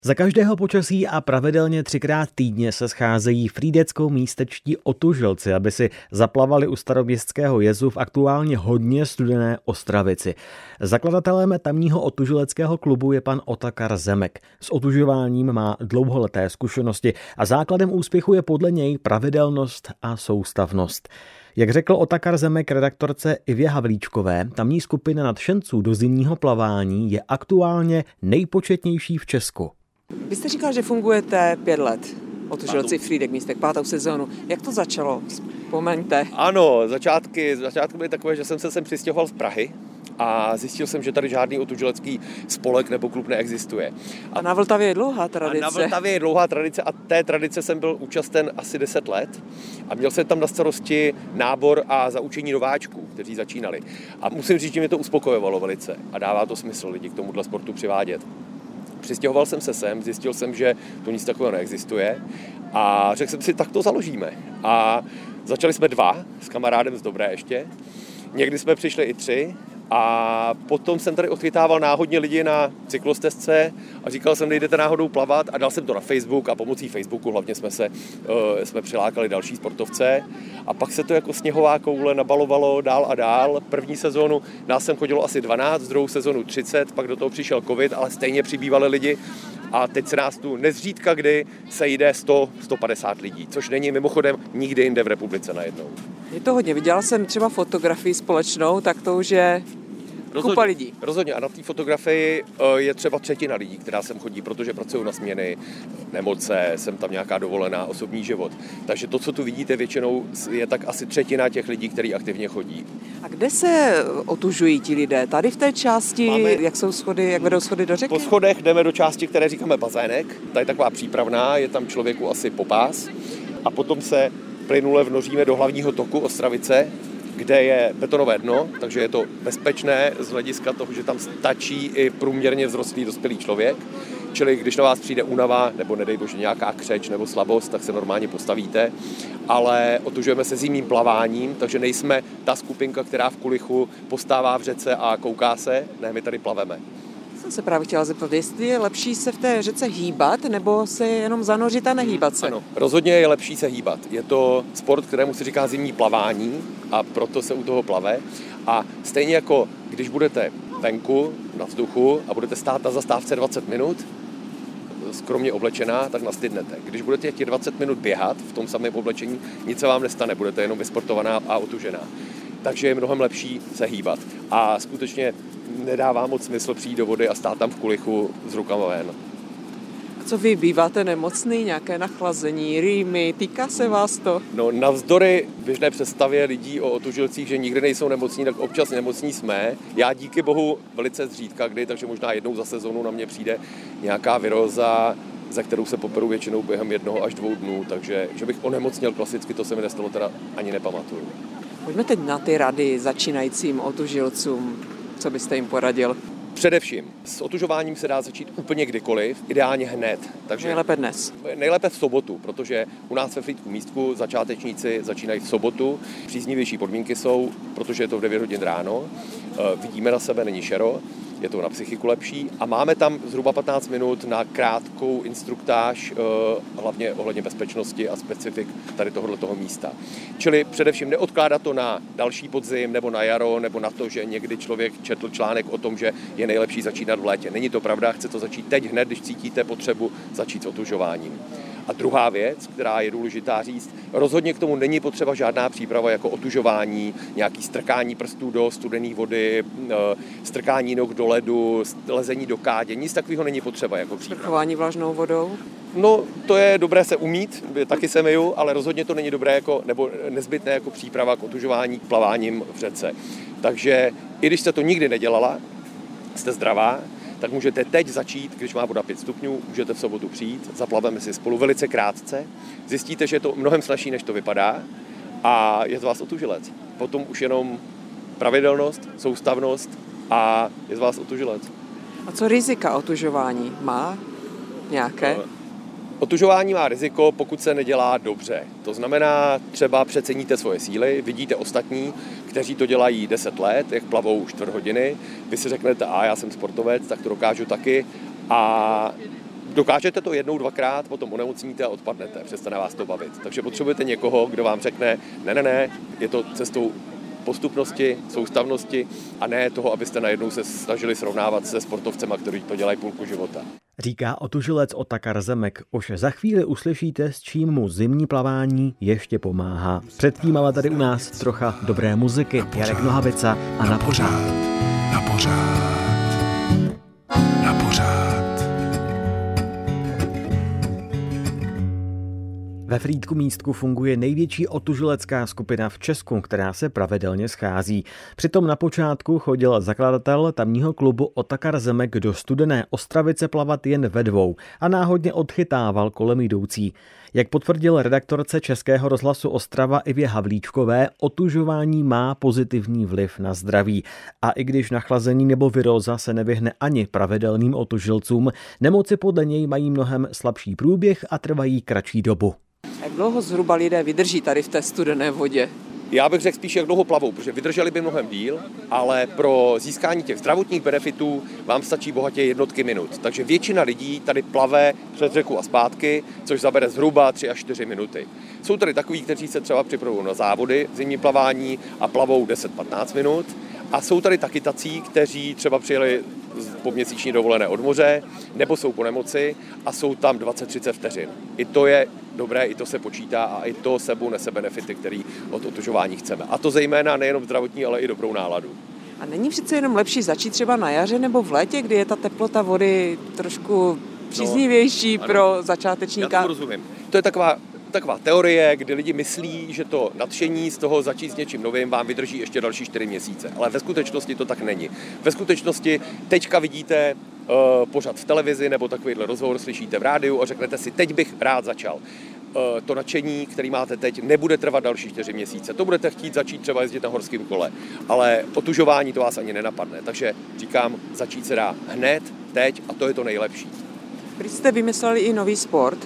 Za každého počasí a pravidelně 3krát týdně se scházejí frýdecko-místečtí otužilci, aby si zaplavali u Staroměstského jezu v aktuálně hodně studené Ostravici. Zakladatelem tamního otužileckého klubu je pan Otakar Zemek. S otužováním má dlouholeté zkušenosti a základem úspěchu je podle něj pravidelnost a soustavnost. Jak řekl Otakar Zemek redaktorce Ivě Havlíčkové, tamní skupina nadšenců do zimního plavání je aktuálně nejpočetnější v Česku. Vy jste říkal, že fungujete 5 let, otužilci Frýdek Místek, 5. sezónu. Jak to začalo? Vzpomeňte. Ano, začátky byly takové, že jsem se sem přistěhoval z Prahy a zjistil jsem, že tady žádný otužilecký spolek nebo klub neexistuje. A na Vltavě je dlouhá tradice. A na Vltavě je dlouhá tradice a té tradice jsem byl účasten asi 10 let a měl jsem tam na starosti nábor a zaučení nováčků, kteří začínali. A musím říct, že mě to uspokojovalo velice a dává to smysl lidi k tomuhle sportu přivádět. Přistěhoval jsem se sem, zjistil jsem, že to nic takového neexistuje a řekl jsem si, tak to založíme. A začali jsme 2 s kamarádem z Dobré ještě. Někdy jsme přišli i 3 a potom jsem tady odchytával náhodně lidi na cyklostezce a říkal jsem, nejdete náhodou plavat a dal jsem to na Facebook a pomocí Facebooku hlavně jsme přilákali další sportovce a pak se to jako sněhová koule nabalovalo dál a dál. První sezónu nás sem chodilo asi 12, druhou sezónu 30, pak do toho přišel covid, ale stejně přibývali lidi a teď se nás tu nezřídka kdy sejde 100-150 lidí, což není mimochodem nikdy jinde v republice najednou. Je to hodně. Viděla jsem třeba fotografii společnou, tak to už je kupa lidí. Rozhodně. A na té fotografii je třeba 1/3 lidí, která sem chodí, protože pracují na směny, nemoce, jsem tam nějaká dovolená, osobní život. Takže to, co tu vidíte, většinou je tak asi 1/3 těch lidí, kteří aktivně chodí. A kde se otužují ti lidé? Tady v té části, jak vedou schody do řeky? Po schodech jdeme do části, které říkáme bazének. Ta je taková přípravná, je tam člověku asi po pás. A potom se plynule vnoříme do hlavního toku Ostravice, kde je betonové dno, takže je to bezpečné z hlediska toho, že tam stačí i průměrně vzrostlý dospělý člověk. Čili když na vás přijde únava, nebo nedej bože nějaká křeč nebo slabost, tak se normálně postavíte. Ale otužujeme se zimním plaváním, takže nejsme ta skupinka, která v kulichu postává v řece a kouká se. Ne, my tady plaveme. Jsem se právě chtěla zeptat, jestli je lepší se v té řece hýbat, nebo se jenom zanořit a nehýbat se? Ano, rozhodně je lepší se hýbat. Je to sport, kterému se říká zimní plavání a proto se u toho plave. A stejně jako když budete venku na vzduchu a budete stát na zastávce 20 minut, skromně oblečená, tak nastydnete. Když budete těch 20 minut běhat v tom samém oblečení, nic se vám nestane, budete jenom vysportovaná a otužená. Takže je mnohem lepší se hýbat. A skutečně nedává moc smysl přijít do vody a stát tam v kulichu s rukama ven. A co vy, býváte nemocný, nějaké nachlazení, rýmy, týká se vás to? No, navzdory běžné představě lidí o otužilcích, že nikdy nejsou nemocní, tak občas nemocní jsme. Já díky bohu velice zřídka kdy, takže možná jednou za sezonu na mě přijde nějaká viróza, za kterou se poperu většinou během 1 až 2 dnů, takže že bych onemocněl klasicky, to se mi nestalo, teda ani nepamatuju. Pojďme teď na ty rady začínajícím otužilcům. Co byste jim poradil? Především, s otužováním se dá začít úplně kdykoliv, ideálně hned. Takže nejlépe dnes. Nejlépe v sobotu, protože u nás ve Frýdku Místku začátečníci začínají v sobotu. Příznivější podmínky jsou, protože je to v 9 hodin ráno. Vidíme na sebe, není šero, je to na psychiku lepší a máme tam zhruba 15 minut na krátkou instruktáž, hlavně ohledně bezpečnosti a specifik tady tohoto místa. Čili především neodkládat to na další podzim nebo na jaro, nebo na to, že někdy člověk četl článek o tom, že je nejlepší začínat v létě. Není to pravda, chce to začít teď hned, když cítíte potřebu začít s otužováním. A druhá věc, která je důležitá říct, rozhodně k tomu není potřeba žádná příprava jako otužování, nějaký strkání prstů do studené vody, strkání noh do ledu, lezení do kádě, nic takového není potřeba jako příprava. Sprchování vlažnou vodou? No, to je dobré se umít, taky se myju, ale rozhodně to není dobré nebo nezbytné jako příprava k otužování k plaváním v řece. Takže i když jste to nikdy nedělala, jste zdravá, tak můžete teď začít, když má voda 5 stupňů, můžete v sobotu přijít, zaplaveme si spolu velice krátce, zjistíte, že je to mnohem snazší, než to vypadá a je z vás otužilec. Potom už jenom pravidelnost, soustavnost a je z vás otužilec. A co rizika otužování? Má nějaké? Otužování má riziko, pokud se nedělá dobře. To znamená, třeba přeceníte svoje síly, vidíte ostatní, kteří to dělají 10 let, jak plavou 4 hodiny. Vy si řeknete, já jsem sportovec, tak to dokážu taky. A Dokážete to jednou, dvakrát, potom onemocníte a odpadnete, přestane vás to bavit. Takže potřebujete někoho, kdo vám řekne, ne, je to cestou postupnosti, soustavnosti a ne toho, abyste najednou se snažili srovnávat se sportovcema, kteří to dělají půlku života. Říká otužilec Otakar Zemek. Už za chvíli uslyšíte, s čím mu zimní plavání ještě pomáhá. Předtím ale tady u nás trocha dobré muziky. Jarek Nohavica a Na pořád. Na pořád. Na pořád. Ve Frýdku Místku funguje největší otužilecká skupina v Česku, která se pravidelně schází. Přitom na počátku chodil zakladatel tamního klubu Otakar Zemek do studené Ostravice plavat jen ve dvou a náhodně odchytával kolem jdoucí. Jak potvrdil redaktorce Českého rozhlasu Ostrava Ivě Havlíčkové, otužování má pozitivní vliv na zdraví. A i když nachlazení nebo viróza se nevyhne ani pravidelným otužilcům, nemoci podle něj mají mnohem slabší průběh a trvají kratší dobu. Jak dlouho zhruba lidé vydrží tady v té studené vodě? Já bych řekl spíš, jak dlouho plavou, protože vydrželi by mnohem díl, ale pro získání těch zdravotních benefitů vám stačí bohatě jednotky minut. Takže většina lidí tady plave přes řeku a zpátky, což zabere zhruba 3 až 4 minuty. Jsou tady takoví, kteří se třeba připravují na závody v zimní plavání a plavou 10-15 minut. A jsou tady taky tací, kteří třeba přijeli po měsíční dovolené od moře, nebo jsou po nemoci a jsou tam 20-30 vteřin. I to je dobré, i to se počítá a i to sebou nese benefity, které od otužování chceme. A to zejména nejenom zdravotní, ale i dobrou náladu. A není přece jenom lepší začít třeba na jaře nebo v létě, kdy je ta teplota vody trošku příznivější pro začátečníka? Já tomu rozumím. To je taková teorie, kdy lidi myslí, že to nadšení z toho začít s něčím novým vám vydrží ještě další 4 měsíce. Ale ve skutečnosti to tak není. Ve skutečnosti teďka vidíte pořad v televizi nebo takovýhle rozhovor slyšíte v rádiu a řeknete si, teď bych rád začal. To nadšení, který máte teď, nebude trvat další 4 měsíce. To budete chtít začít třeba jezdit na horském kole. Ale otužování to vás ani nenapadne. Takže říkám, začít se dá hned, teď a to je to nejlepší. Když jste vymysleli i nový sport?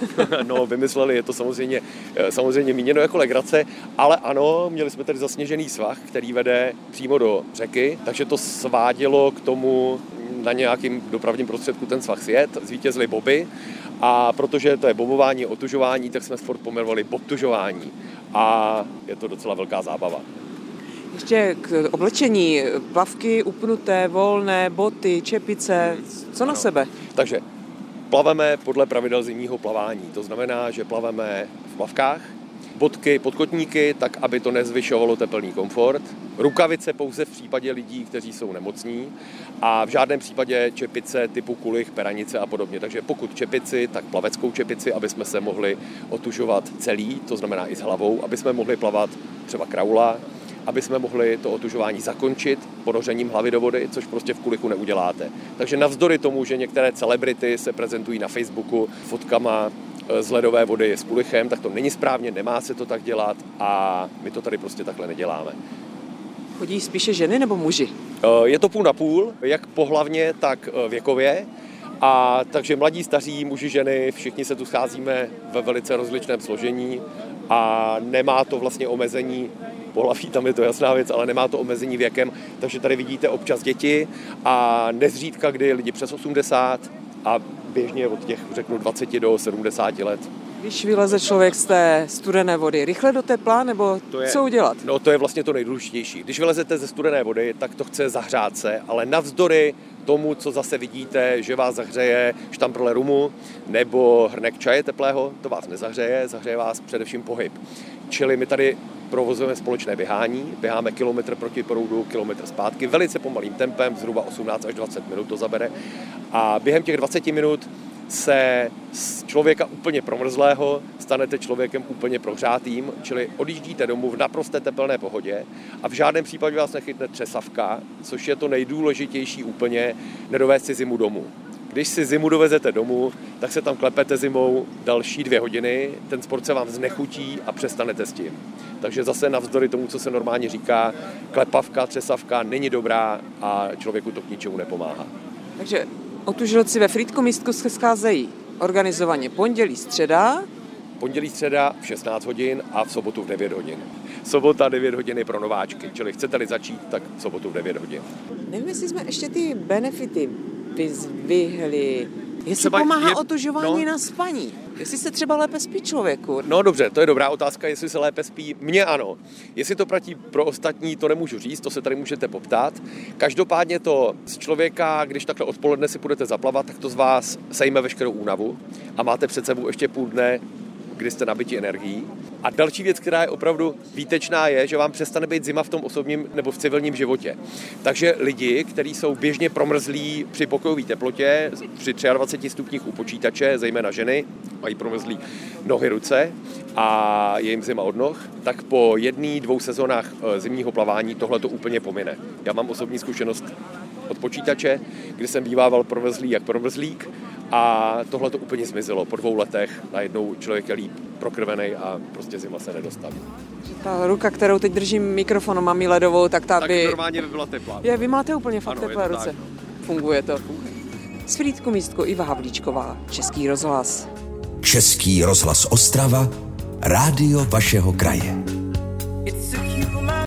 No, vymysleli, je to samozřejmě míněno jako legrace, ale ano, měli jsme tady zasněžený svah, který vede přímo do řeky, takže to svádělo k tomu na nějakým dopravním prostředku ten svah sjet, zvítězili boby a protože to je bobování, otužování, tak jsme sport pomenovali bobtužování a je to docela velká zábava. Ještě k oblečení, plavky upnuté, volné, boty, čepice, co na sebe? Takže plaveme podle pravidel zimního plavání, to znamená, že plaveme v plavkách, bodky, podkotníky, tak aby to nezvyšovalo tepelný komfort, rukavice pouze v případě lidí, kteří jsou nemocní a v žádném případě čepice typu kulich, peranice a podobně. Takže pokud čepici, tak plaveckou čepici, aby jsme se mohli otužovat celý, to znamená i s hlavou, aby jsme mohli plavat třeba kraula, aby jsme mohli to otužování zakončit ponořením hlavy do vody, což prostě v kulichu neuděláte. Takže navzdory tomu, že některé celebrity se prezentují na Facebooku fotkama z ledové vody s kulichem, tak to není správně, nemá se to tak dělat a my to tady prostě takhle neděláme. Chodí spíše ženy nebo muži? Je to půl na půl, jak pohlavně, tak věkově. A takže mladí, staří, muži, ženy, všichni se tu scházíme ve velice rozličném složení a nemá to vlastně omezení pohlaví, tam je to jasná věc, ale nemá to omezení věkem, takže tady vidíte občas děti a nezřídka, kdy lidi přes 80 a běžně od těch, řeknu, 20 do 70 let. Když vyleze člověk z té studené vody, rychle do tepla, nebo co udělat? No to je vlastně to nejdůležitější. Když vylezete ze studené vody, tak to chce zahřát se, ale navzdory tomu, co zase vidíte, že vás zahřeje štamprle rumu nebo hrnek čaje teplého, to vás nezahřeje, zahřeje vás především pohyb. Čili my tady provozujeme společné běhání, běháme kilometr proti proudu, kilometr zpátky, velice pomalým tempem, zhruba 18 až 20 minut to zabere. A během těch 20 minut se z člověka úplně promrzlého stanete člověkem úplně prohřátým, čili odjíždíte domů v naprosté tepelné pohodě a v žádném případě vás nechytne třesavka, což je to nejdůležitější úplně, nedovést si zimu domů. Když si zimu dovezete domů, tak se tam klepete zimou další 2 hodiny, ten sport se vám znechutí a přestanete s tím. Takže zase navzdory tomu, co se normálně říká, klepavka, třesavka není dobrá a člověku to k ničemu nepomáhá. Takže otužilci ve Frýdku Místku se scházejí organizovaně pondělí, středa. Pondělí, středa v 16 hodin a v sobotu v 9 hodin. Sobota 9 hodin je pro nováčky, čili chcete-li začít, tak v sobotu v 9 hodin. Nevím, jestli jsme ještě ty benefity vyzvihli. Jestli pomáhá otužování na spaní. Jestli se třeba lépe spí člověku. No dobře, to je dobrá otázka, jestli se lépe spí. Mně ano. Jestli to platí pro ostatní, to nemůžu říct, to se tady můžete poptat. Každopádně to z člověka, když takhle odpoledne si půjdete zaplavat, tak to z vás sejme veškerou únavu a máte před sebou ještě půl dne, kdy jste nabiti energií. A další věc, která je opravdu výtečná, je, že vám přestane být zima v tom osobním nebo v civilním životě. Takže lidi, kteří jsou běžně promrzlí při pokojové teplotě, při 23 stupních u počítače, zejména ženy, mají promrzlí nohy, ruce a je jim zima od noh, tak po 1-2 sezónách zimního plavání tohle to úplně pomine. Já mám osobní zkušenost od počítače, kdy jsem bývával promrzlý jak promrzlík a tohle to úplně zmizelo. Po 2 letech najednou člověk je líp prokrvenej a prostě zima se nedostaví. Ta ruka, kterou teď držím mikrofonu, mám ji ledovou, tak ta by... normálně by byla teplá. Vy máte úplně fakt teplé ruce. Tak. Funguje to. Z Frýdku místku Iva Havlíčková, Český rozhlas. Český rozhlas Ostrava, rádio vašeho kraje.